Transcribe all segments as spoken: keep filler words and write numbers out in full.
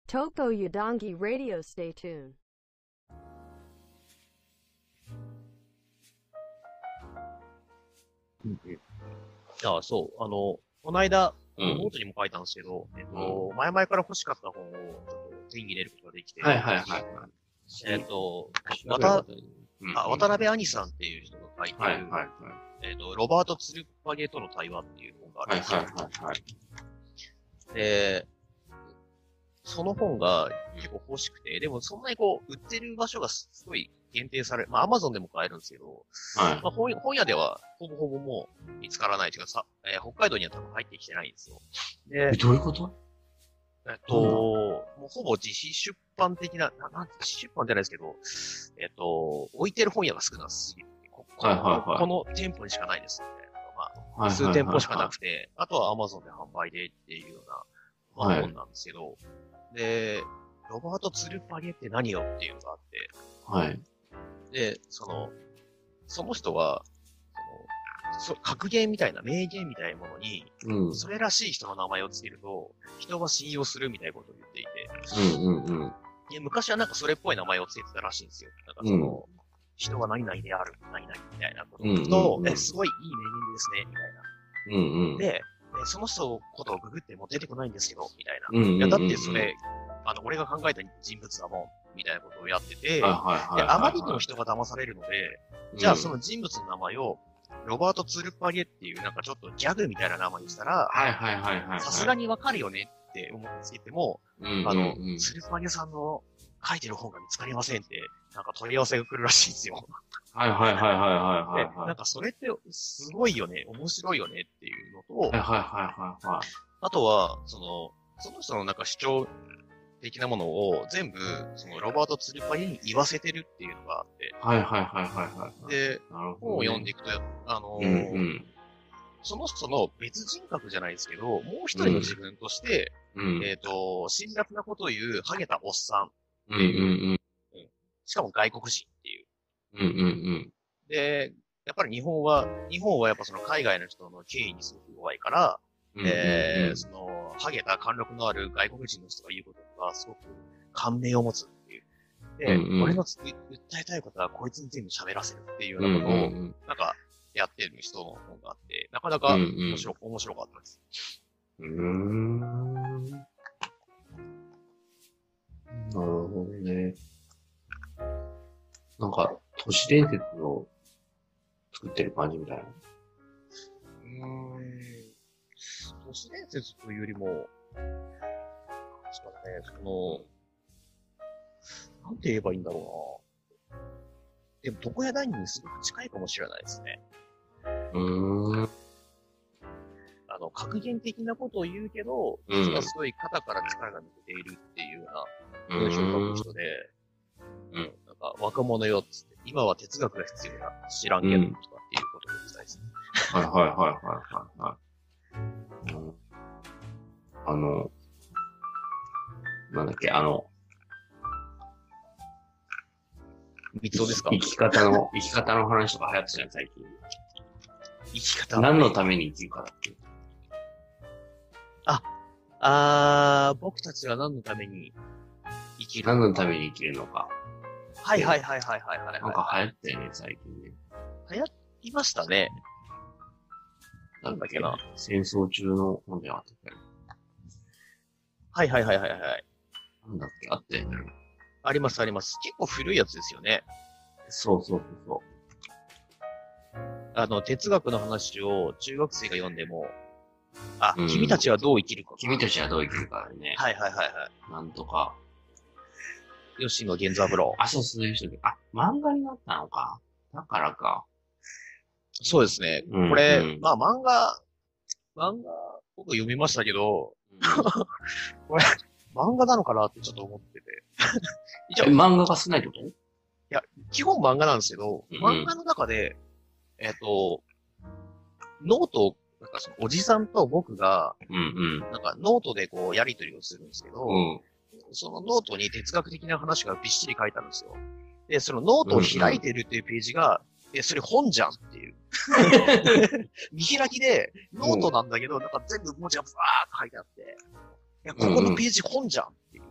Toko Yudongi Radio Stay tuned. ああ、そう。あの、この間、 うん。 ノートにも書いたんですけど、えっうん。 と、前々から欲しかった本をちょっと手に入れることができて、 はいはいはいはい。 えっと、 調べれば渡、 いい。うんあ、渡辺兄さんっていう人が書いてる、 はいはいはい。 えっと、ロバート・ツルパゲとの対話っていう本があるんですよ。 はいはいはいはい。 で、その本が結構欲しくて、でもそんなにこう、売ってる場所がすごい限定され、まあ、アマゾンでも買えるんですけど、 はい。 まあ、本本屋ではほぼほぼもう見つからないというかさ、えー北海道には多分入ってきてないんですよ。でえ、、どういうこと？ えっと、もうほぼ自費出版的な、ななんて自費出版じゃないですけど、えっと、置いてる本屋が少なすぎる。ここはいはいはいこの店舗にしかないですみたいなのが、まあ、 はい数店舗しかなくて、あとは Amazon で販売でっていうような、まあ、 はい本なんですけど、で、ロバート・ツルパゲって何よっていうのがあって、 はい。 で、その、その人は、その、そ格言みたいな、名言みたいなものに、 うん。 それらしい人の名前をつけると、人は信用するみたいなことを言っていて、 うんうんうん。 で昔はなんかそれっぽい名前をつけてたらしいんですよ。なんかその、人は何々である、何々みたいなことを言うと、 うんうんうんえ、すごいいい名言ですね、みたいな。 うんうん。 で、えその人のことをググっても出てこないんですけど、みたいな。 うんうんうんうん。 いや、だってそれ、あの、俺が考えた人物だもん、みたいなことをやってて、 はいはいはいはい。 で、あまりにも人が騙されるので、じゃあその人物の名前を、ロバート・ツルパゲっていうなんかちょっとギャグみたいな名前にしたら、 はいはいはいはい。 さすがにわかるよねって思ってつけても、 うんうんうん、 あの、ツルパゲさんの書いてる本が見つかりませんって、なんか問い合わせが来るらしいんですよ。 はいはいはいはいはいはい。 で、なんかそれってすごいよね、面白いよねっていうのと、 はいはいはいはいはい。 あとは、その、その人のなんか主張的なものを全部、そのロバート・ツルパゲに言わせてるっていうのがあって、 はいはいはいはいはい。 で、 なるほど、ね。 本を読んでいくと、あのーうんうん、 その人の別人格じゃないですけど、もう一人の自分として、 うん、 えっ、と、辛辣なことを言う、ハゲたおっさんってうんうんいう、 うん、 しかも外国人っていう。 うんうんうん。 で、やっぱり日本は、日本はやっぱその海外の人の敬意にすごく弱いから、 うんうんうん、 えー、その、ハゲた貫禄のある外国人の人が言うことがすごく感銘を持つっていう。で、 うんうん、 俺の訴えたいことはこいつに全部喋らせるっていうようなことを、 うんうんうん、なんかやってる人の本があって、なかなか面白、うんうん、面白かったです。 うーん。なるほどね。なんか、都市伝説を作ってる感じみたいな。 うーん。都市伝説というよりも、そうだね、その、なんて言えばいいんだろうな。でも、床屋ダイニングにすごく近いかもしれないですね。 うーん。 あの、格言的なことを言うけど、実はすごい肩から力が抜けているっていうような文章を書く人で、 うん。 なんか、若者よっつって、今は哲学が必要だ。知らんけど、とかっていうことを言ってたですね。 はいはいはいはいはい、うん。あの、なんだっけ、あの、 三つおですか？ 生き方の、生き方の話とか流行ってたじゃん、最近。 生き方何のために生きるかだっけ？ あ、あー、僕たちは何のために生きる何のために生きるのか。 はいはいはいはいはいはい、はい。 なんか流行ったよね、最近ね。 流行りましたね。 なんだっけな。戦争中の本であったっけ。 はいはいはいはいはい。 なんだっけ、あったよね。 ありますあります。結構古いやつですよね。 そうそうそうそう。 あの、哲学の話を中学生が読んでも、あ、 うん、 君たちはどう生きるか。 君たちはどう生きるかね。 はいはいはいはい。 なんとか。 吉野源三郎。 あ、そうそういう人で。あ、漫画になったのか。だからか。 そうですね。 うん、 これ、 うん、 まあ漫画、漫画、僕読みましたけど、うん、これ、漫画なのかなってちょっと思ってて。 一応漫画が少ないってこと？ いや、基本漫画なんですけど、 うん、 漫画の中で、えっと、ノートを、なんかそのおじさんと僕が、 うんうん、 なんかノートでこうやり取りをするんですけど、 うん、 そのノートに哲学的な話がびっしり書いてあるんですよ。で、そのノートを開いてるっていうページが、うんうん、え、それ本じゃんっていう。見開きで、ノートなんだけど、なんか全部文字がバーッと書いてあって、いや、ここのページ本じゃんっていう、なんか、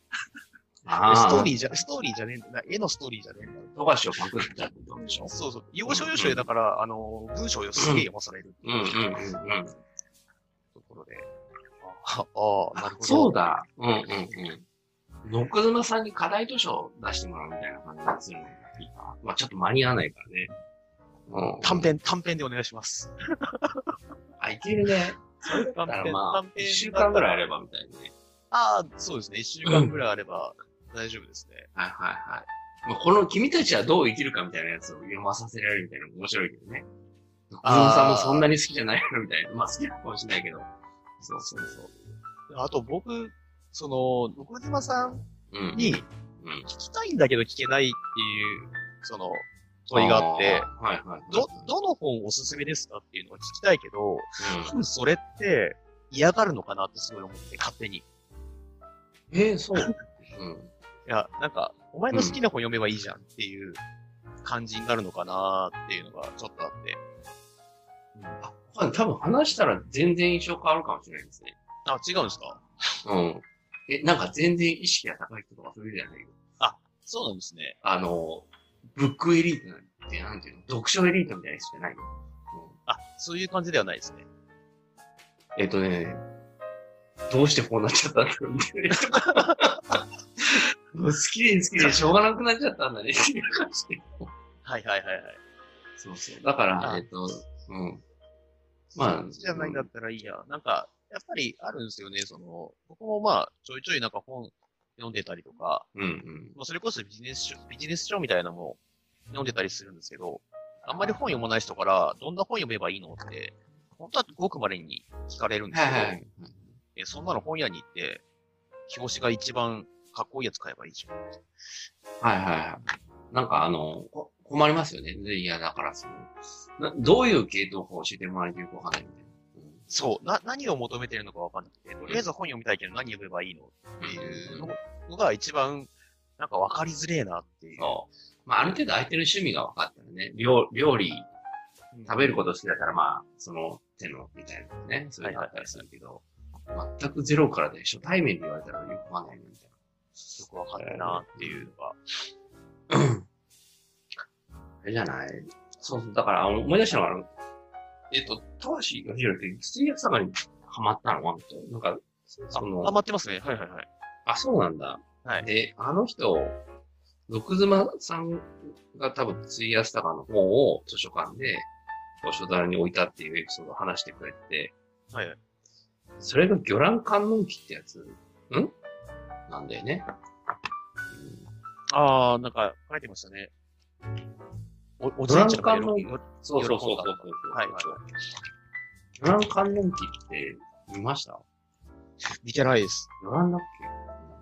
ああ。 ストーリーじゃ、ストーリーじゃねえんだ。絵のストーリーじゃねえんだ。 富樫をパクったってことでしょ。 そうそう。要所要所でだから、あの、文章をすげえ読まされる。 うんうんうんうん。 ところで。ああ、なるほど。 そうだ。うんうんうん。ノクズマさんに課題図書出してもらうみたいな感じがするのがいいか。まあちょっと間に合わないからね。うん。 短編、短編でお願いします。 あ、いけるね。それだったらまあ短、編一週間ぐらいあればみたいなね。 ああ、そうですね。一週間ぐらいあれば大丈夫ですね。 はいはいはい。まあ、この君たちはどう生きるかみたいなやつを読まさせられるみたいなのも面白いけどね。ノクズマさんもそんなに好きじゃないのみたいな。まあ好きなのかもしれないけど。そうそうそう。 あと僕、その、ノクズマさんうん。 にうん。 聞きたいんだけど聞けないっていう、その、問いがあって、 あーはいはい。 ど、どの本おすすめですかっていうのを聞きたいけど、 うん多分それって嫌がるのかなってすごい思って、勝手に。いえー、そう。うん。 や、なんか、お前の好きな本読めばいいじゃんっていう感じになるのかなっていうのがちょっとあって。 あ、多分話したら全然印象変わるかもしれないですね。 あ、違うんですか？ うん。え、なんか全然意識が高い人とかそういうじゃないよ。 そうなんですね。 あの、ブックエリートなんて、なんていうの、読書エリートみたいな人じゃないよ。うん、 あ、そういう感じではないですね。 えっとね、どうしてこうなっちゃったんだろうみたいな人がもう好きで好きでしょうがなくなっちゃったんだねっていう感じで。 はいはいはいはい。 そうそう。だから、 あえっと、うん。 まあ、 まあじゃないんだったらいいや。なんか、やっぱりあるんですよね。その、僕もまあ、ちょいちょいなんか本読んでたりとか、 うんうん。 まあ、それこそビジネス書、ビジネス書みたいなのも読んでたりするんですけど、あんまり本読まない人から、どんな本読めばいいのって、本当はごく稀に聞かれるんですけど、 はいはいはい。 えそんなの本屋に行って、表紙が一番かっこいいやつ買えばいいじゃん。 はいはいはい。なんかあの、こ困りますよね。でいや、だからその、などういう系統か教えてもらえてるかわかんないみたいな。 そう、な、何を求めてるのかわかんなくて、とりあえず本読みたいけど何読めばいいのっていうののが一番、なんかわかりづれえなっていう。 そう。まあ、ある程度相手の趣味が分かったらね、料料理、食べること好きだったら、まあ、その手の、みたいなね、そういうのあったりするけど、全くゼロからで初対面で言われたらよくわかんないな、みたいよくわかんないなっていうのが。 な。あれじゃないそうそう、だから、あの思い出したのが、あのえっと、富樫義弘って水薬サガにハマったのあの人。なんか、その、 ハマってますね。はいはいはい。 あ、そうなんだ。 はい。 で、あの人、毒妻さんが多分ツイヤスタカの本を図書館で、図書棚に置いたっていうエピソードを話してくれて、 はいはい。 それが魚卵観音記ってやつ、んなんだよね。 あー、なんか書いてましたね。お、おじ魚いちゃんが喜卵観音、そうそうそうそうそうそう。 はいはい魚卵観音記って見ました見てないです。 魚卵だっけ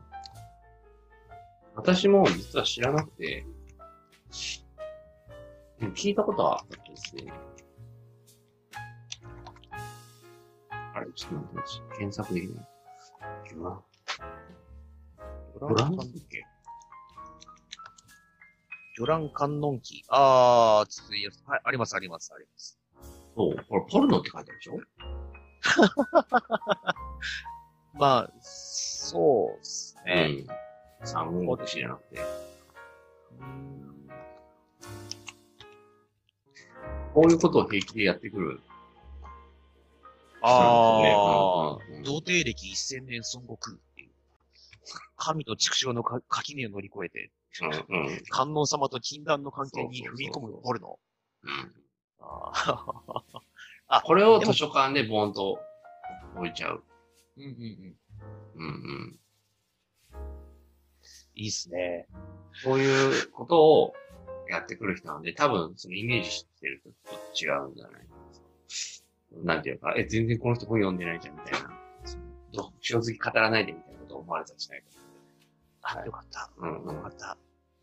私も実は知らなくて、でも聞いたことはあったんですね。あれ、ちょっと待って、検索できない。魚卵。魚卵だっけ魚卵観音記。あー、ついやつ。はい、ありますありますあります。 そう。これ、ポルノって書いてあるでしょまあ、そうですね。 うん。三音楽知らなくて。こういうことを平気でやってくる。 あー、 うんうんうん童貞歴せんねん孫悟空っていう。神と畜生のか垣根を乗り越えて、 うんうん。 観音様と禁断の関係に踏み込そうそうそうむポルノ。 うん。 あーこれを図書館でボーンと置いちゃう。 うんうんうん。 うんうん。 いいっすね。 そういうことをやってくる人なんで、多分そのイメージしてるとちょっと違うんじゃないなんていうか、え、全然この人本読んでないじゃんみたいな。その読書好き語らないでみたいなことを思われたりしないかあ、 はいよかった。 うんうんよかった。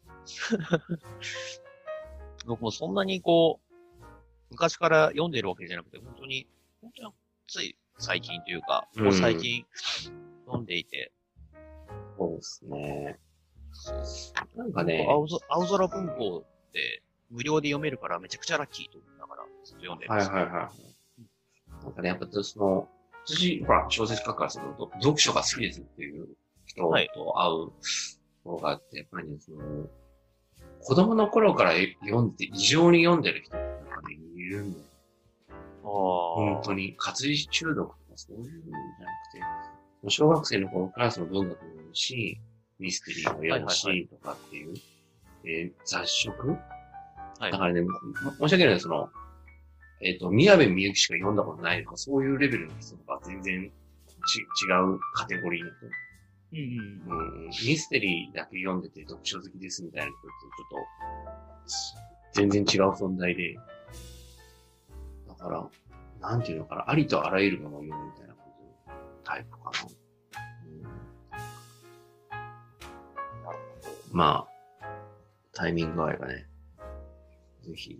僕もそんなにこう、昔から読んでるわけじゃなくて、本当に、本当につい最近というか、 うんもう最近読んでいて、 そうですね。なんかね、 青ぞ青空文庫って無料で読めるからめちゃくちゃラッキーと思いながらずっと読んでるんですよ。 はいはいはい。なんかね、やっぱその、私、ほら、小説書くからすると、読書が好きですっていう人と会う方があって、やっぱりね、その、子供の頃から読んで、異常に読んでる人ってなんかね、いるんだよ。本当に、活字中毒とかそういうんじゃなくて、小学生の頃からその文学を読むし、ミステリーを読むし、とかっていう、えー、雑食、はい、だからね、申し訳ないその、えっ、ー、と、宮部みゆきしか読んだことないとか、そういうレベルの人とか全然ち違うカテゴリーの人。うんうんうん、ミステリーだけ読んでて読書好きですみたいな人ってちょっと全然違う存在で、だから、なんていうのかな、ありとあらゆるものを読むみたいな感じのタイプかな。うん、なるほど。まあ、タイミング合えばね、ぜひ。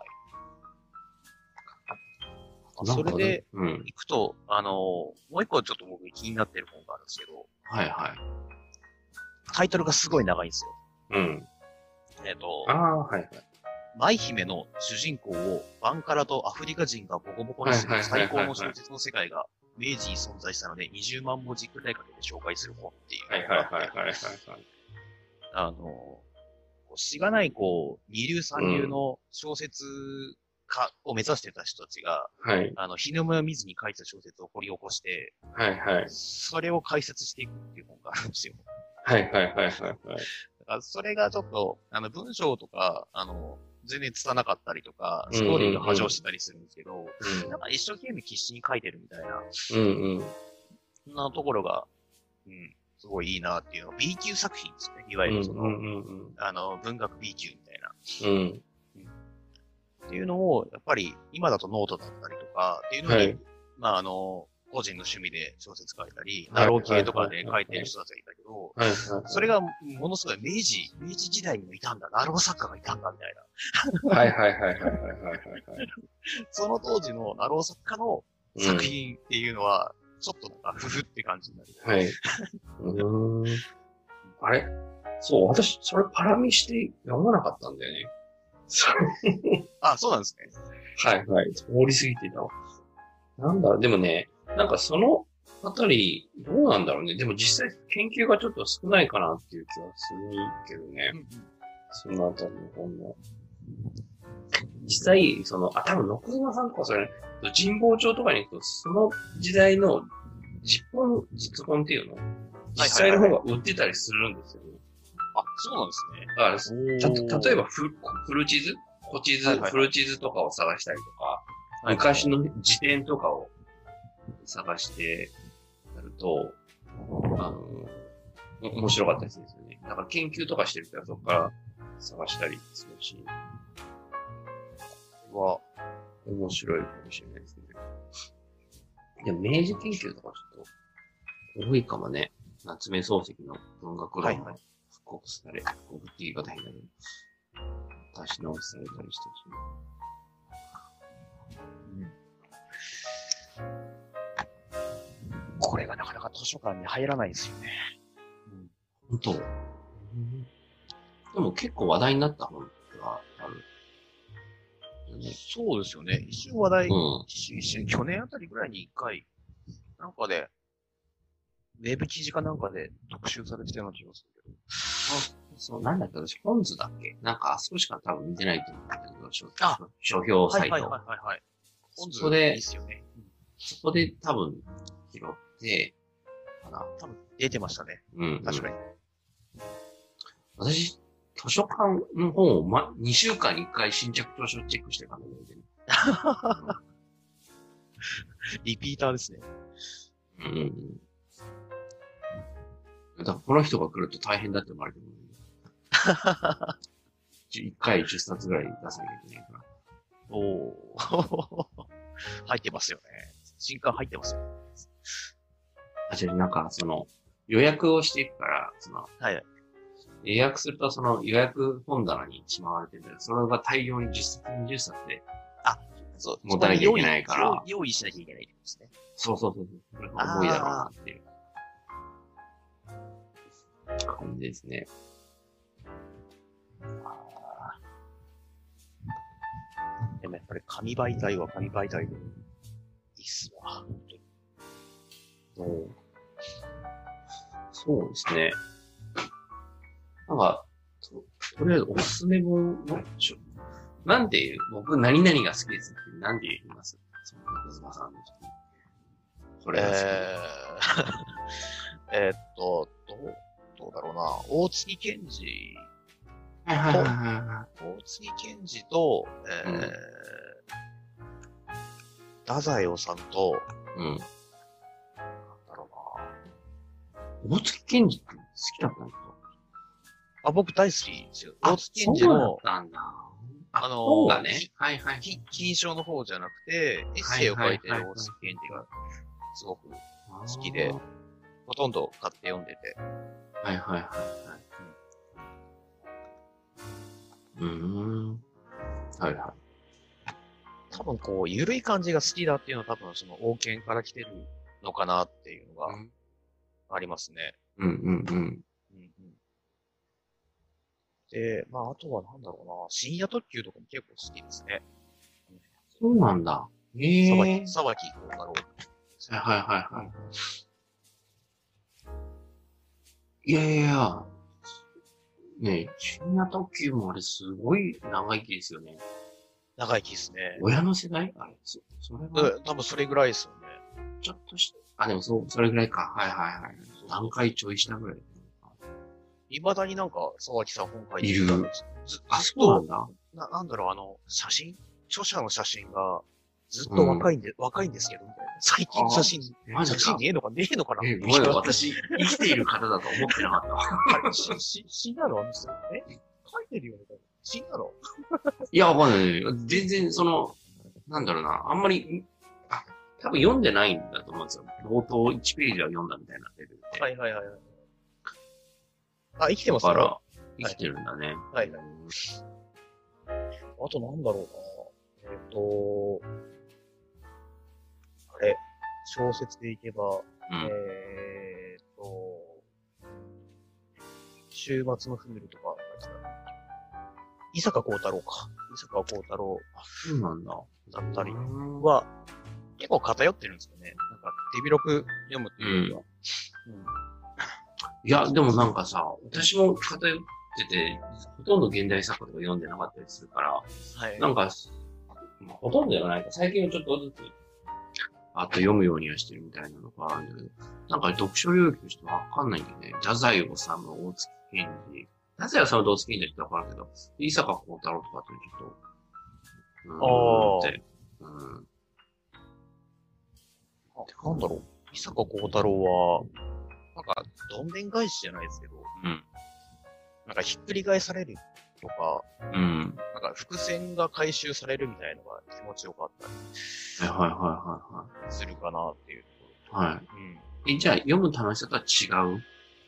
はい。それで、うん。行くと、あの、もう一個ちょっと僕気になってる本があるんですけど。 はいはい。 タイトルがすごい長いんですよ。 うん。 えっと、 ああ、はいはい。 舞姫の主人公をバンカラとアフリカ人がボコボコにする最高の小説の世界が明治に存在したのでにじゅうまん文字くらいかけて紹介する本っていう。 はいはいはいはいはい。 あの、しがないこう、二流三流の小説家を目指してた人たちが、 はい。 あの、日の目を見ずに書いた小説を掘り起こして、 はいはい。 それを解説していくっていう本があるんですよ。 はいはいはいはいはい。だからそれがちょっと、あの、文章とか、あの、全然拙なかったりとか、ストーリーが波状してたりするんですけど、うんうん、なんか一生懸命必死に書いてるみたいな、 うんうん、 そんなところが、うん、すごいいいなっていうの。B 級作品ですね。いわゆるその、 うんうんうん、 あの、文学 B 級みたいな、 うん。 っていうのを、やっぱり今だとノートだったりとか、っていうのに、はい、まああの、個人の趣味で小説書いたり、ナロー系とかで書いてる人たちがいたけど、それがものすごい明治、明治時代にもいたんだ、ナロー作家がいたんだ、みたいな。はいはいはいはいはいはいはい。 その当時のナロー作家の作品っていうのは、ちょっとなんか、ふふって感じになる。 はい。うーん。あれそう、私、それパラ見して読まなかったんだよね。それあ、そうなんですね。 はいはい。通り過ぎてたわ。なんだ、でもね、なんかそのあたり、どうなんだろうね。でも実際研究がちょっと少ないかなっていう気はするけどね。うんうん、そのあたりの本の。実際、その、あ、多分、野久島さんとかそれ、神保町とかに行くと、その時代の実本、実本っていうの実際の方が売ってたりするんですよね。 あ、そうなんですね。 だから、た、例えばフ、フル地図古地図、はいはいはい、フル地図とかを探したりとか、はいはい、昔の辞典とかを探してやると、あの、面白かったりするんですよね。だから研究とかしてる人はそこから探したりするし、これは面白いかもしれないですね。でも明治研究とかちょっと多いかもね。夏目漱石の文学論が復刻され、復刻って言い方変だけど、出し直しされたりしてるし、 うん。これがなかなか図書館に入らないですよね。 うん、本当、うん、でも結構話題になった本がある。 そうですよね。一瞬話題、うん、一瞬、去年あたりぐらいに一回、なんかで、ウェブ記事かなんかで特集されてたような気がするけど。 あ、そう、なんだっけ、私、本図だっけなんか、あそこしか多分見てないと思うんだけど、書書評サイト。 はいはいはいはい。 本図で、いいっすよね。そこで多分、拾って、かな。 多分、出てましたね。 うん、うん。 確かに。 私、図書館の本を、ま、にしゅうかんにいっかい新着図書チェックしてからね。 リピーターですね。 うん。だからこの人が来ると大変だって思われてるので。いっかいじゅっさつぐらい出さなきゃいけないから。 おー。入ってますよね。新刊入ってますよね。 あ、じゃあなんか、その、予約をしていくから、その、 はい。 予約するとその予約本棚にしまわれてるんだけど、それが大量にじゅっさつ、にじゅっさつで、 あ、そう、 持たなきゃいけないから。 用意しなきゃいけないってことですね。 そうそうそう。これが重いだろうなっていう感じですね。 あでもやっぱり紙媒体は紙媒体でいいっすわ。 そう。 そうですね。なんか、と、とりあえずおすすめ本のちょ、なんで、僕何々が好きですってなんで言いますその、中妻さんの時に。これが好き。 えー、えーっと、どう、どうだろうな。大月健二、 はいはいはいは大月健二と、えー、 うん太宰治と、 い。うん。 なんだろうな。 大月健二って好きだったんですかあ、僕大好きですよ。大月健二そうだっの、 たんだ。 あのー本がね。はいはいはい。 き金賞の方じゃなくて、エッセイを書いてる大月健二がすごく好きで、ほとんど買って読んでて。 はいはいはいはい。うーん。はいは多分こう、ゆるい感じが好きだっていうのは多分その王権から来てるのかなっていうのがい。 ありますね。 うんうんうん。 うんうんで、まああとはなんだろうな、深夜特急とかも結構好きですね。 そうなんだ。ええー。 沢木、沢木幸太郎。 はいはいはいはい。いやいやいや。ねえ、深夜特急もあれすごい長生きですよね。 長生きですね。 親の世代あれ、そ、それは、 うん、多分それぐらいですよね。 ちょっとし、あ、でもそう、それぐらいか。はいはいはい。段階ちょい下ぐらい。 未だになんか沢木さん本書いているたんですずあ、 ずっとそうなんだ。 な、なんだろう、あの、写真著者の写真が、ずっと若いんで、若いんですけど、みたいな。最近の写真、 マジか写真ねえのかねえのかなえ、ごめん、私、生きている方だと思ってなかったわ。 あれ、し、し、死んだのあの人。え書いてるよね、死んだのいや、わかんない。全然、その、なんだろうな、あんまり、あ、多分読んでないんだと思うんですよ。冒頭いちページは読んだみたいなレベルで。 はいはいはいはい。あ、生きてますだから、生きてるんだね。 はいはい。あとなんだろうな。えっ、と、あれ、小説でいけば、 うん。 えっ、と、週末のフールとか、伊坂幸太郎か。伊坂幸太郎あ、そうなんだ。 だったりうんは、結構偏ってるんですよね。なんか、手広く読むっていうよりは。 いや、でもなんかさ、私も偏ってて、ほとんど現代作家とか読んでなかったりするから、 はい。 なんか、まあ、ほとんどではないか。最近はちょっとずつ、あと読むようにはしてるみたいなのがあるんだけど、なんか読書領域としてわかんないんだよね。太宰治、大月健二。太宰治と大月健二ってわかるけど、伊坂幸太郎とかってちょっと、うーんって、うん。 なんだろう。伊坂幸太郎は、なんか、どんでん返しじゃないですけど、 うん。 なんかひっくり返されるとか、 うん。 なんか伏線が回収されるみたいのが気持ちよかったりはいはいはするかなっていうとこいはいはい。はい。 ろ。うん。 え、じゃあ読む楽しさとは違う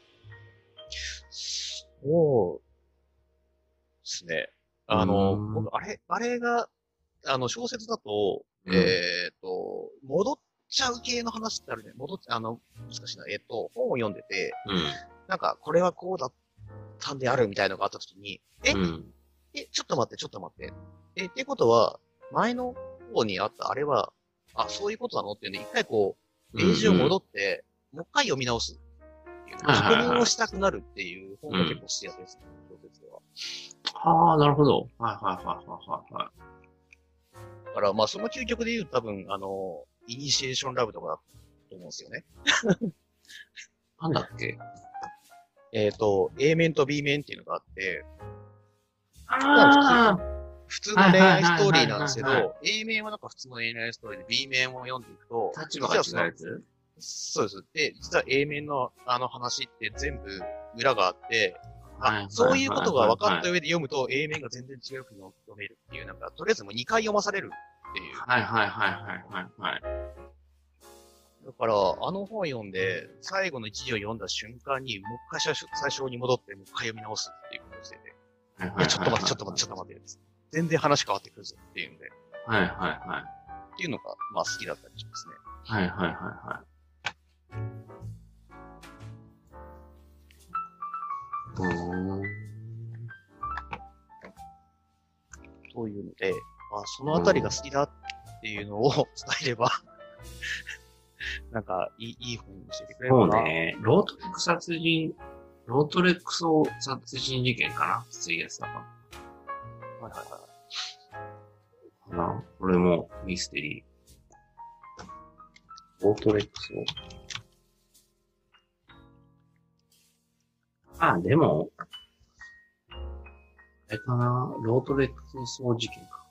そうですね。あの、 うん僕、あれ、あれが、あの、小説だと、 うんえっと、戻っちゃう系の話ってあるね。戻っ、あの、難しいな。えっと、本を読んでて、 うん。 なんか、これはこうだったんであるみたいなのがあったときに、え、 うん。 え、ちょっと待って、ちょっと待って。え、ってことは、前の方にあったあれは、あ、そういうことなのっていうね、一回こう、ページを戻って、もう一回読み直すっていう、 はいはいはい確認をしたくなるっていう本が結構好きだったですね、小説では。 はあ、なるほど。はいはいはいはいはい。 だから、まあ、その究極で言うと多分、あの、イニシエーションラブとかだと思うんですよね。 なんだっけえっと、A 面と B 面っていうのがあって、 あ普通の恋愛ストーリーなんですけはいはいはいど、A 面はなんか普通の恋愛ストーリーで B 面を読んでいくと、 あ、立場が違うやつそうです。で、実は A 面のあの話って全部裏があって、 はいはいはいあ、そういうことが分かった上で読むと A 面が全然違うふうに読めるっていう、なんか、とりあえずもうにかい読まされるっていう。 はいはいはいはいはいはい。 だから、あの本読んで、最後の一字を読んだ瞬間に、もう一回最初最初に戻って、もう一回読み直すっていうことをしてて、 はいはいいや、ちょっと待って、ちょっと待って、ちょっと待って、全然話変わってくるぞっていうんで、 はいはいはい。 っていうのが、まあ好きだったりしますね。 はいはいはいはい。うーん。 というので、まあそのあたりが好きだっていうのを伝えれば、 なんか、いい、いい本教えてくれるかな。 そうね。ロートレックス殺人、ロートレックス殺人事件かなきついやつだかはいはいはい。 な。かなこれもミステリー。ロートレックスを。あ、でも、あれかなロートレックス事件か。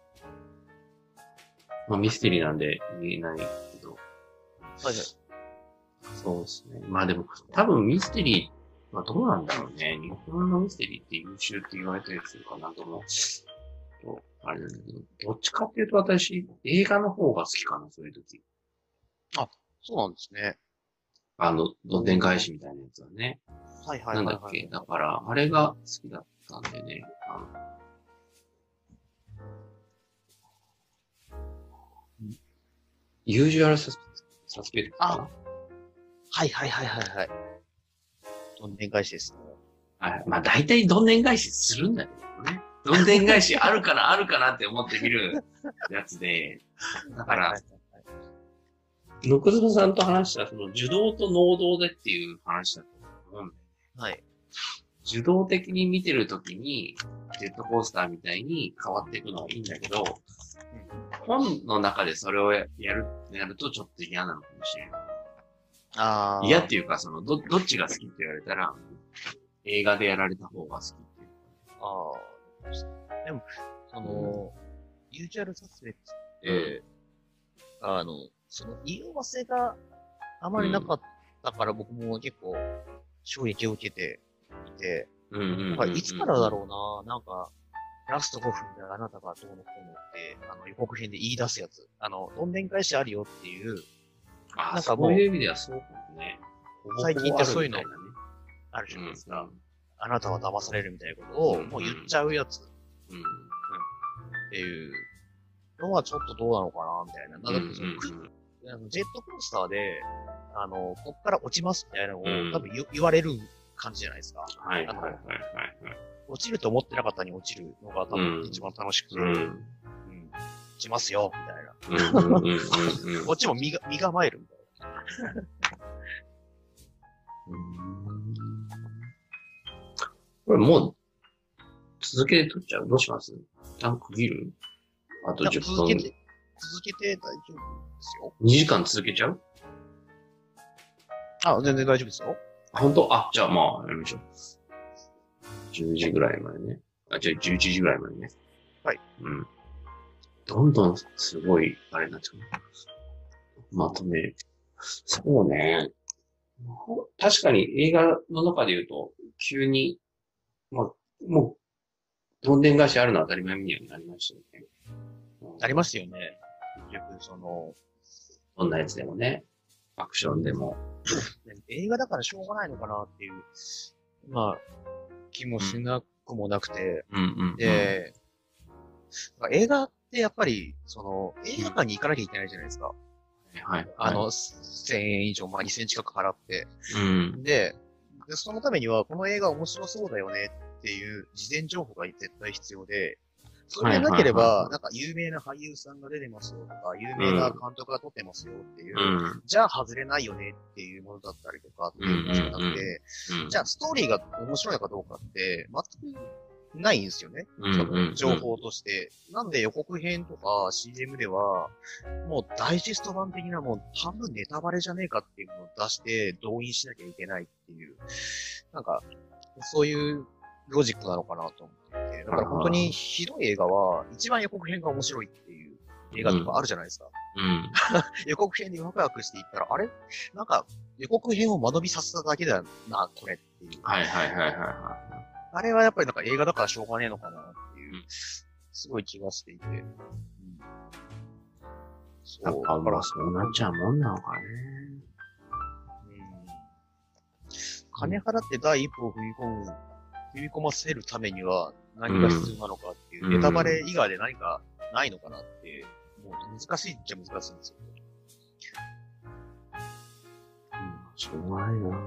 まあミステリーなんで言えないけど。 はいはい。 そうですね。まあでも、多分ミステリーはどうなんだろうね。日本のミステリーって優秀って言われたりするかなと思う。とあれなんだけど、どっちかっていうと私、映画の方が好きかな、そういう時。 あ、そうなんですね。 あの、どんでん返しみたいなやつはね。 はいはいはい、はい。 なんだっけだから、あれが好きだったんでね。あのユージュアルサスペクトかな。 はいはいはいはいはい。どんでん返しですね。 はい。まあ大体どんでん返しするんだけどね。どんでん返しあるかなあるかなって思ってみるやつで。だから、のくずぶさんと話したその受動と能動でっていう話だと思うんだよね。 はい。 受動的に見てるときに、ジェットコースターみたいに変わっていくのはいいんだけど、本の中でそれをやる、やるとちょっと嫌なのかもしれない。 ああ。 嫌っていうか、その、ど、どっちが好きって言われたら、映画でやられた方が好きっていう。 ああ。でも、その、ユージュアルサスペクトって、うん、あの、その、匂わせがあまりなかったから僕も結構衝撃を受けていて、 うんうんうんうん、 いつからだろうな、なんか、ラストごふんであなたがどうのこうのって、あの、予告編で言い出すやつ。あの、どんでん返しあるよっていう。 あ、なんかもう。そういう意味ではそうかもね。 最近ってそういうのあるじゃないですか。うんうん、あなたは騙されるみたいなことをもう言っちゃうやつ。うんうん、っていうのはちょっとどうなのかな、みたいな。なんかその、うんうんうん、ジェットコースターで、あの、こっから落ちますみたいなのを、うん、多分言言われる感じじゃないですか。 はいはいはいはい、はい。 落ちると思ってなかったに落ちるのが多分一番楽しくて、うんうん、落ちますよ、みたいな。こっちも身が、身構えるみたいな。 うんこれもう、続けて撮っちゃうどうします一旦区切るあとじゅっぷん。 続けて、続けて大丈夫ですよ。 にじかん続けちゃうあ、全然大丈夫ですよ。 本当あ、じゃあまあ、やりましょう。じゅうじぐらいまでね。あ、じゃあじゅういちじぐらいまでね。 はい。 うん。どんどんすごい、あれになっちゃう。まとめ。そうね。確かに映画の中で言うと、急に、まあ、もう、どんでん返しあるのは当たり前にはなりましたよね。 ありますよね。結局、その、 どんなやつでもね。アクションでも。 映画だからしょうがないのかなっていう、まあ、気もしなくもなくて。 うんうんうん、 で、映画ってやっぱり、その、映画館に行かなきゃいけないじゃないですか。 はい。 あの、せんえん以上、まあにせん近く払って。 うん。 で、でそのためには、この映画面白そうだよねっていう事前情報が絶対必要で、それがなければ、なんか有名な俳優さんが出てますよとか、有名な監督が撮ってますよっていう、うん、じゃあ外れないよねっていうものだったりとかっていうのじゃなくて、じゃあストーリーが面白いのかどうかって、全くないんですよね。 うんうんうん、 情報として。なんで予告編とか シーエム では、もうダイジェスト版的なもう半分ネタバレじゃねえかっていうのを出して動員しなきゃいけないっていう、なんか、そういうロジックなのかなと思っていて。だから本当にひどい映画は、一番予告編が面白いっていう映画とかあるじゃないですか。 うん、 予告編でワクワクしていったら、あれなんか、予告編を間延びさせただけだな、これっていう。 はいはいはいはいはい。 あれはやっぱりなんか映画だからしょうがねえのかなっていう、すごい気がしていて。うん、 そう。だからそうなっちゃうもんなのかね。 うん。金払って第一歩を踏み込む、踏み込ませるためには何が必要なのかっていう、うん、ネタバレ以外で何かないのかなって、もう難しいっちゃ難しいんですよ。 うん、しょうがないな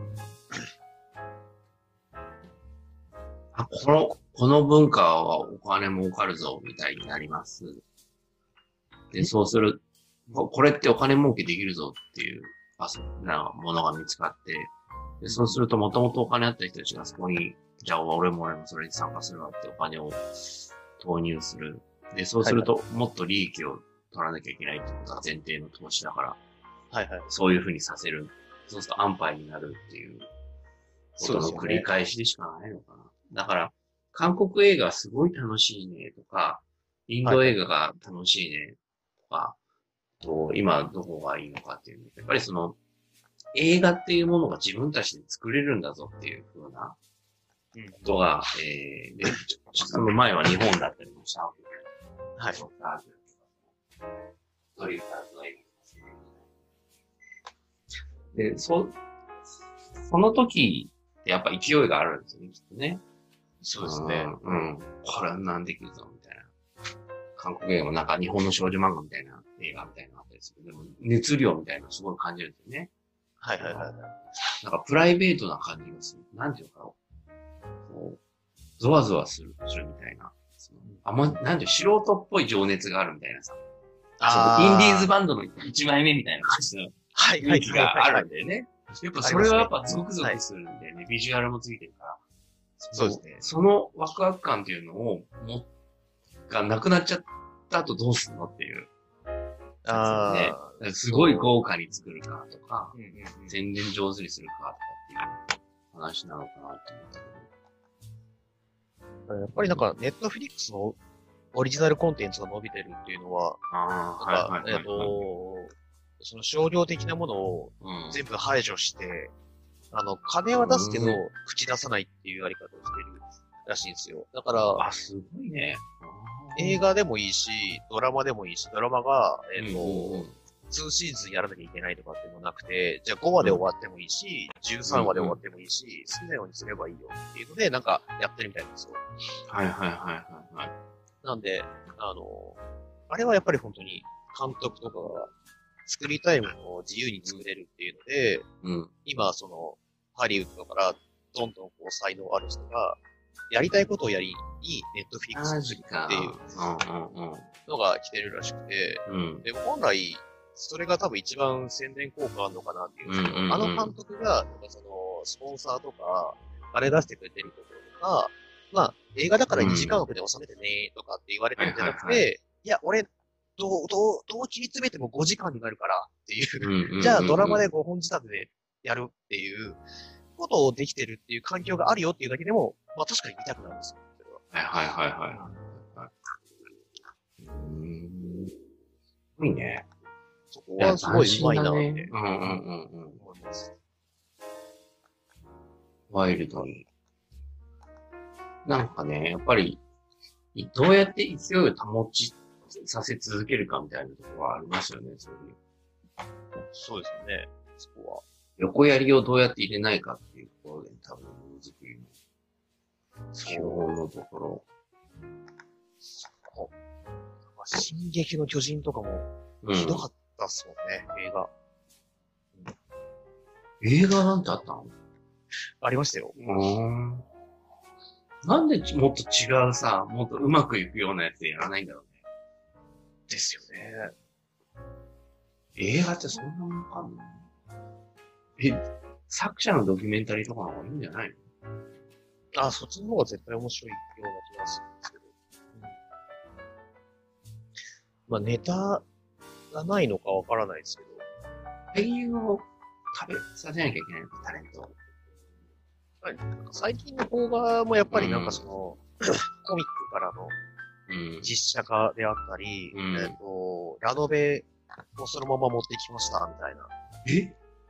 あ、この、この文化はお金儲かるぞ、みたいになります。で、そうする、これってお金儲けできるぞっていうあ、そうなものが見つかって、で、そうするともともとお金あった人たちがそこに、じゃあ俺も俺もそれに参加するわってお金を投入する。で、そうするともっと利益を取らなきゃいけないってことが前提の投資だから、 はいはい。 そういうふうにさせる。そうすると安牌になるっていうことの繰り返しでしかないのかな。だから、韓国映画すごい楽しいねとか、インド映画が楽しいねとか、と今どこがいいのかっていうの。やっぱりその、映画っていうものが自分たちで作れるんだぞっていう風なことが、うん、えー、で、その前は日本だったりもしたわけで。はい。ドリフターズの映画で、そ、その時ってやっぱ勢いがあるんですよね、きっとね。 そうですね。 うん。うん、これはなんできるぞ、みたいな。韓国映画もなんか日本の少女漫画みたいな映画みたいなのあったりする。でも熱量みたいなのすごい感じるんですよね。 はいはいはい。 なんかプライベートな感じがする。なんていうのかな。こう、ゾワゾワする、するみたいな。あんま、なんていう素人っぽい情熱があるみたいなさ。あインディーズバンドの一枚目みたいな感じの雰囲気があるんだよね。やっぱそれはやっぱゾクゾクするんだよね。ビジュアルもついてるから。 そうですね。 そのワクワク感っていうのを、も、がなくなっちゃった後どうすんのっていう。ああ、ね。すごい豪華に作るかとか、うんうんうん、全然上手にするかとかっていう話なのかなと思ったけど。 やっぱりなんか、ネットフリックスのオリジナルコンテンツが伸びてるっていうのは、ああ、なんか、はいはいはいはい、えっと、その少量的なものを全部排除して、うん、あの、金は出すけど、口出さないっていうやり方をしてるらしいんですよ。だから、 あ、すごいね。 映画でもいいし、ドラマでもいいし、ドラマが、えっと、うん、にシーズンやらなきゃいけないとかっていうのなくて、じゃあごわで終わってもいいし、じゅうさんわで終わってもいいし、好きなようにすればいいよっていうので、なんかやってるみたいなんですよ。 はいはいはいはいはい。 なんで、あの、あれはやっぱり本当に監督とかが作りたいものを自由に作れるっていうので、うん、今そのハリウッドからどんどんこう才能ある人が、やりたいことをやりにネットフリックスにっていうのが来てるらしくて、うん、でも本来、それが多分一番宣伝効果あるのかなっていう、うんうんうん、あの監督が、なんかその、スポンサーとか、金出してくれてるところとか、まあ、映画だからにじかんおくで収めてねとかって言われてるんじゃなくて、うんはいはいはい、いや、俺、どう、どう、どう切り詰めてもごじかんになるからっていう、うんうんうんうん、じゃあドラマでごほん仕立てでやるっていうことをできてるっていう環境があるよっていうだけでも、まあ確かに見たくなるんですよ。 はいはいはいはい。うーん。すごいね。 そこはすごい上手いなって。 ね、うんうんうんうん。思います。ワイルドに。なんかね、やっぱり、どうやって勢いを保ちさせ続けるかみたいなところはありますよね、そういう。 そうですよね、そこは。 横槍をどうやって入れないかっていうところで、多分、ものづくりの基本のところ。 そこ。進撃の巨人とかも、ひどかったっすもんね、うん、映画。 映画なんてあったの？ ありましたよ。 うーん。なんでもっと違うさ、もっとうまくいくようなやつやらないんだろうね。 ですよね。 映画ってそんなもんかんの？え、作者のドキュメンタリーとかの方がいいんじゃないの？ あ、そっちの方が絶対面白いような気がするんですけど。うん、まあネタがないのかわからないですけど。 俳優を食べさせなきゃいけないのか、タレント。 はい、なんか最近の邦画もやっぱりなんかその、うん、コミックからの実写化であったり、うん、えっと、ラノベをそのまま持ってきましたみたいな。 え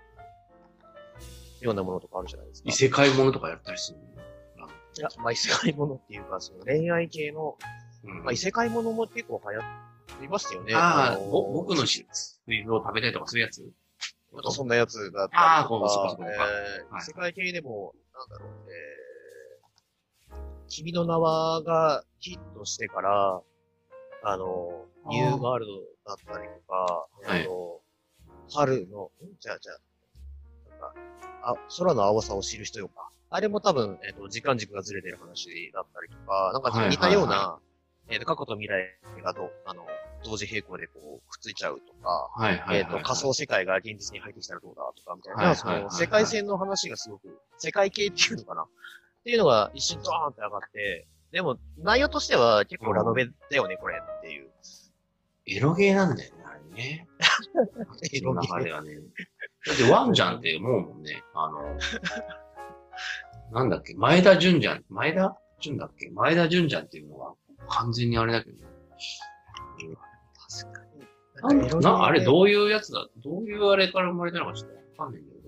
ようなものとかあるじゃないですか。 異世界ものとかやったりするの？ いや、まあ異世界ものっていうか、その恋愛系の、うん、まあ異世界ものも結構流行ってましたよね。 ああ、あのー、僕の水を食べたいとかそういうやつ？ そんなやつだったりとか、そうそうそう、えーはい、世界系でも、なんだろう、えー、君の名はがヒットしてから、あの、ニューガールドだったりとか、あの、春の、んじゃあじゃあ、なんか、あ、空の青さを知る人よか。あれも多分、えっと、時間軸がずれてる話だったりとか、なんか似たようなえっ、と、過去と未来がどう、あの、同時並行でこう、くっついちゃうとか、 はいはいはい、はい。 えっ、と、仮想世界が現実に入ってきたらどうだとか、みたいな、 はいはいそはいはいの、世界線の話がすごく、世界系っていうのかなっていうのが一瞬ドーンって上がって、でも、内容としては結構ラノベだよね、これっていう。 エロゲーなんだよね、あれね。 エロゲーの中ではね。だってワンじゃんって思うもんね。あの、なんだっけ、前田純じゃん。前田純だっけ前田純じゃんっていうのは完全にあれだけどね。 確かに。 なんエロゲーな、あれどういうやつだどういうあれから生まれたのかちょっとわかんないんだけど。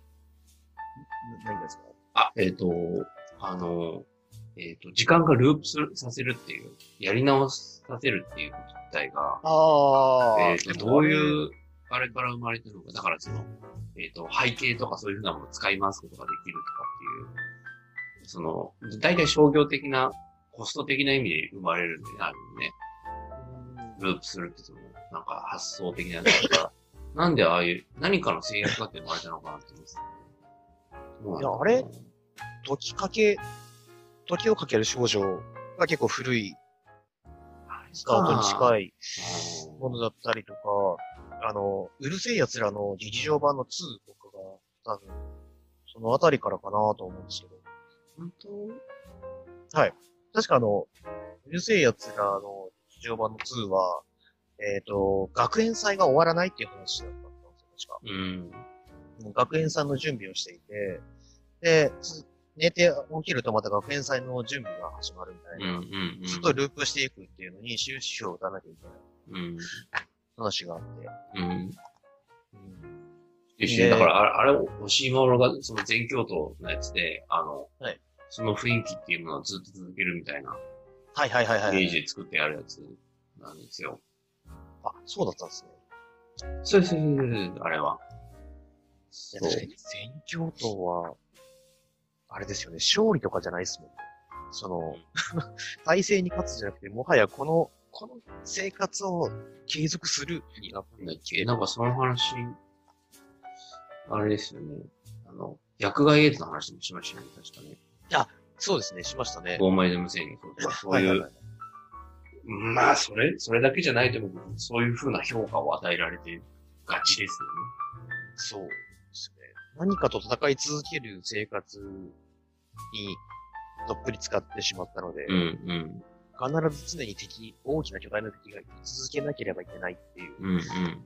何ですか？ あ、えっ、と、あの、えっ、と、時間がループするさせるっていう、やり直させるっていうこと自体が、 ああ。 えっ、と、どういう、あれから生まれてるのか。だからその、えっ、と、背景とかそういうふうなものを使い回すことができるとかっていう、その、大体商業的な、コスト的な意味で生まれるんでね、あるよね。ループするってその、なんか発想的なやつだから、なんでああいう、何かの制約があって生まれたのかなって思いますね。 いやあれ時かけ、時をかける少女が結構古いスタートに近いものだったりとか、あの、うるせえ奴らの劇場版のツーとかが多分、そのあたりからかなと思うんですけど。 本当？ はい。確かあの、うるせえ奴らの劇場版のツーは、えっ、と、学園祭が終わらないっていう話だったんですよ、確か。 うん。 もう学園祭の準備をしていて、で、つ寝て起きるとまた学園祭の準備が始まるみたいな。 うんうんうん。 ずっとループしていくっていうのに終止符を打たなきゃいけないうん。 話があって。 うん。 うん一緒に、だから、あれ、あれ、押し今頃が、その全教頭のやつで、あの、 はいその雰囲気っていうものをずっと続けるみたいな、 はいはいはいはい。 イメージで作ってやるやつなんですよ。 あ、そうだったんですね。 そうそうそうそう、あれは。 いや確かに、全教頭は、あれですよね、勝利とかじゃないですもんね。その、体制に勝つじゃなくて、もはやこの、この生活を継続するになってなんだっけ、なんかその話、あれですよね。あの、薬害エイズの話もしましたね、確かね。 そうですね、しましたね。 大前で無制限、そうそういう、 はいはいはいまあ、それ、それだけじゃないと思うけど、そういう風な評価を与えられてがちですそうですね。何かと戦い続ける生活にどっぷり使ってしまったので、 よね。うん必ず常に敵、大きな巨大な敵がい続けなければいけないっていう。 うん。うんうん。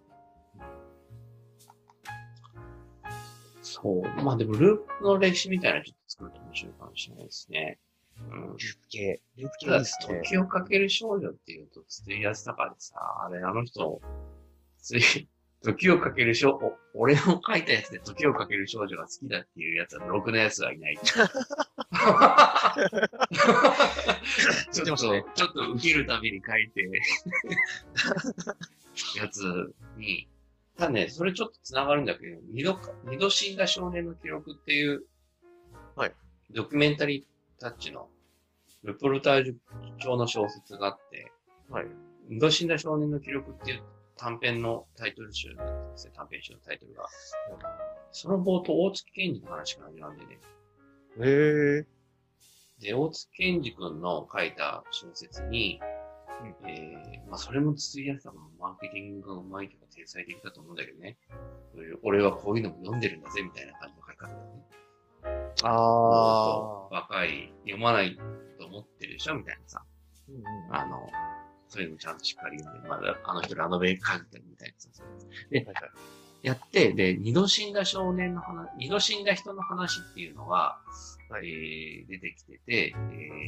そう。まあでも、ループの歴史みたいなのちょっと作ると面白いかもしれないですね。うん。 ループ系。ループ系ただ、 いいですね。 時をかける少女っていうと、筒井康隆でさ、あれ、あの人、つい、時をかける少、お俺の書いたやつで時をかける少女が好きだっていうやつは、ろくなやつはいない。ちょっと、ちょっと受けるたびに書いて、やつに、ただね、それちょっと繋がるんだけど、二度か、二度死んだ少年の記録っていう、 はい。 ドキュメンタリータッチの、ルポルタージュ調の小説があって、 はい。 二度死んだ少年の記録っていう短編のタイトル集なんですね、短編集のタイトルが。その冒頭、大月健二の話が始まるんでね。 へえ。 で、大津健二君の書いた小説に、うん、えー、まあそれも筒井康隆のマーケティングがうまいとか天才的だと思うんだけどね。そういう俺はこういうのも読んでるんだぜみたいな感じの書き方だよね。 ああ。 若い、読まないと思ってるでしょみたいなさ。 うんうん、 あの、そういうのもちゃんとしっかり読んで、まだあの人ラノベ書いてるみたいなさ。で、はいはい、やって、で、二度死んだ少年の話、二度死んだ人の話っていうのが、はい、えー、出てきてて、え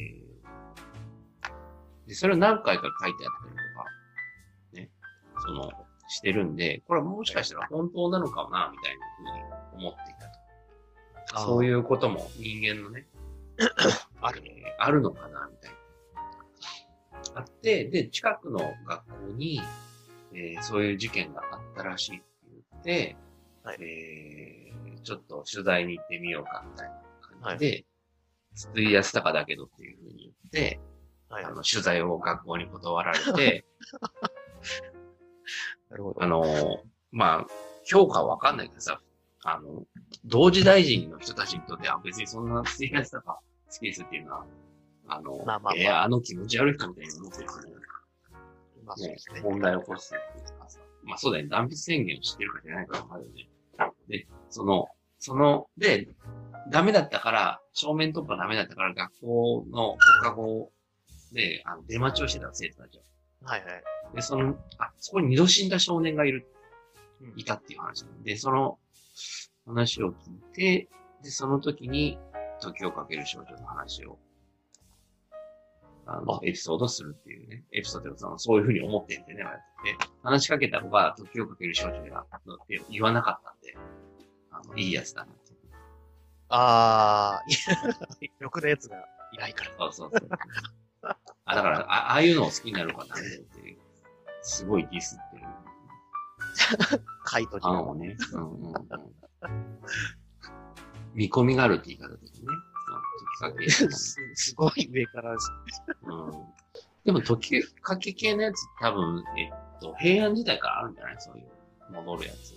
ー、で、それを何回か書いてあったりとか、ね、その、してるんで、これはもしかしたら本当なのかな、みたいなふうに思っていたと。そういうことも人間のね、ある、えー、あるのかな、みたいな。あって、で、近くの学校に、えー、そういう事件があったらしいって言って、はい、えー、ちょっと取材に行ってみようか、みたいな感じで、筒井康隆だけどっていうふうに言って、はい、あの、取材を学校に断られて、 なるほど。 あの、まあ、評価はわかんないけどさ、あの、同時大臣の人たちにとっては別にそんな筒井康隆好きですっていうのは、 あの、 まあまあまあえーあの気持ち悪い人みたいに思ってる人ね、 まあそうでねすね。 問題を起こすっていうかさ。まあそうだよね。断筆宣言を知ってるかじゃないかもあるよね。で、その、その、で、ダメだったから、正面突破ダメだったから、学校の放課後で、あの、出待ちをしてた生徒たちは。 はいはい。 で、その、あ、そこに二度死んだ少年がいる、 うんいたっていう話なんで、その話を聞いて、で、その時に、時をかける少女の話を、あの、エピソードするっていうね。エピソードでその、そういうふうに思ってんでね、やってて、話しかけた子が時をかける少女だって言わなかったんで、あの、いいやつだなって。 あー、いや、欲のやつがいないから。 そうそうそう。あ、だから、あああいうのを好きになる子はなんだよっていう、すごいディスってる。 カイトファンをね。うんうんうん。見込みがあるって言い方ですね。その時かけすすごい上からです。 うん。でも時かけ系のやつ多分、えっと、平安時代からあるんじゃないそういう戻るやつ。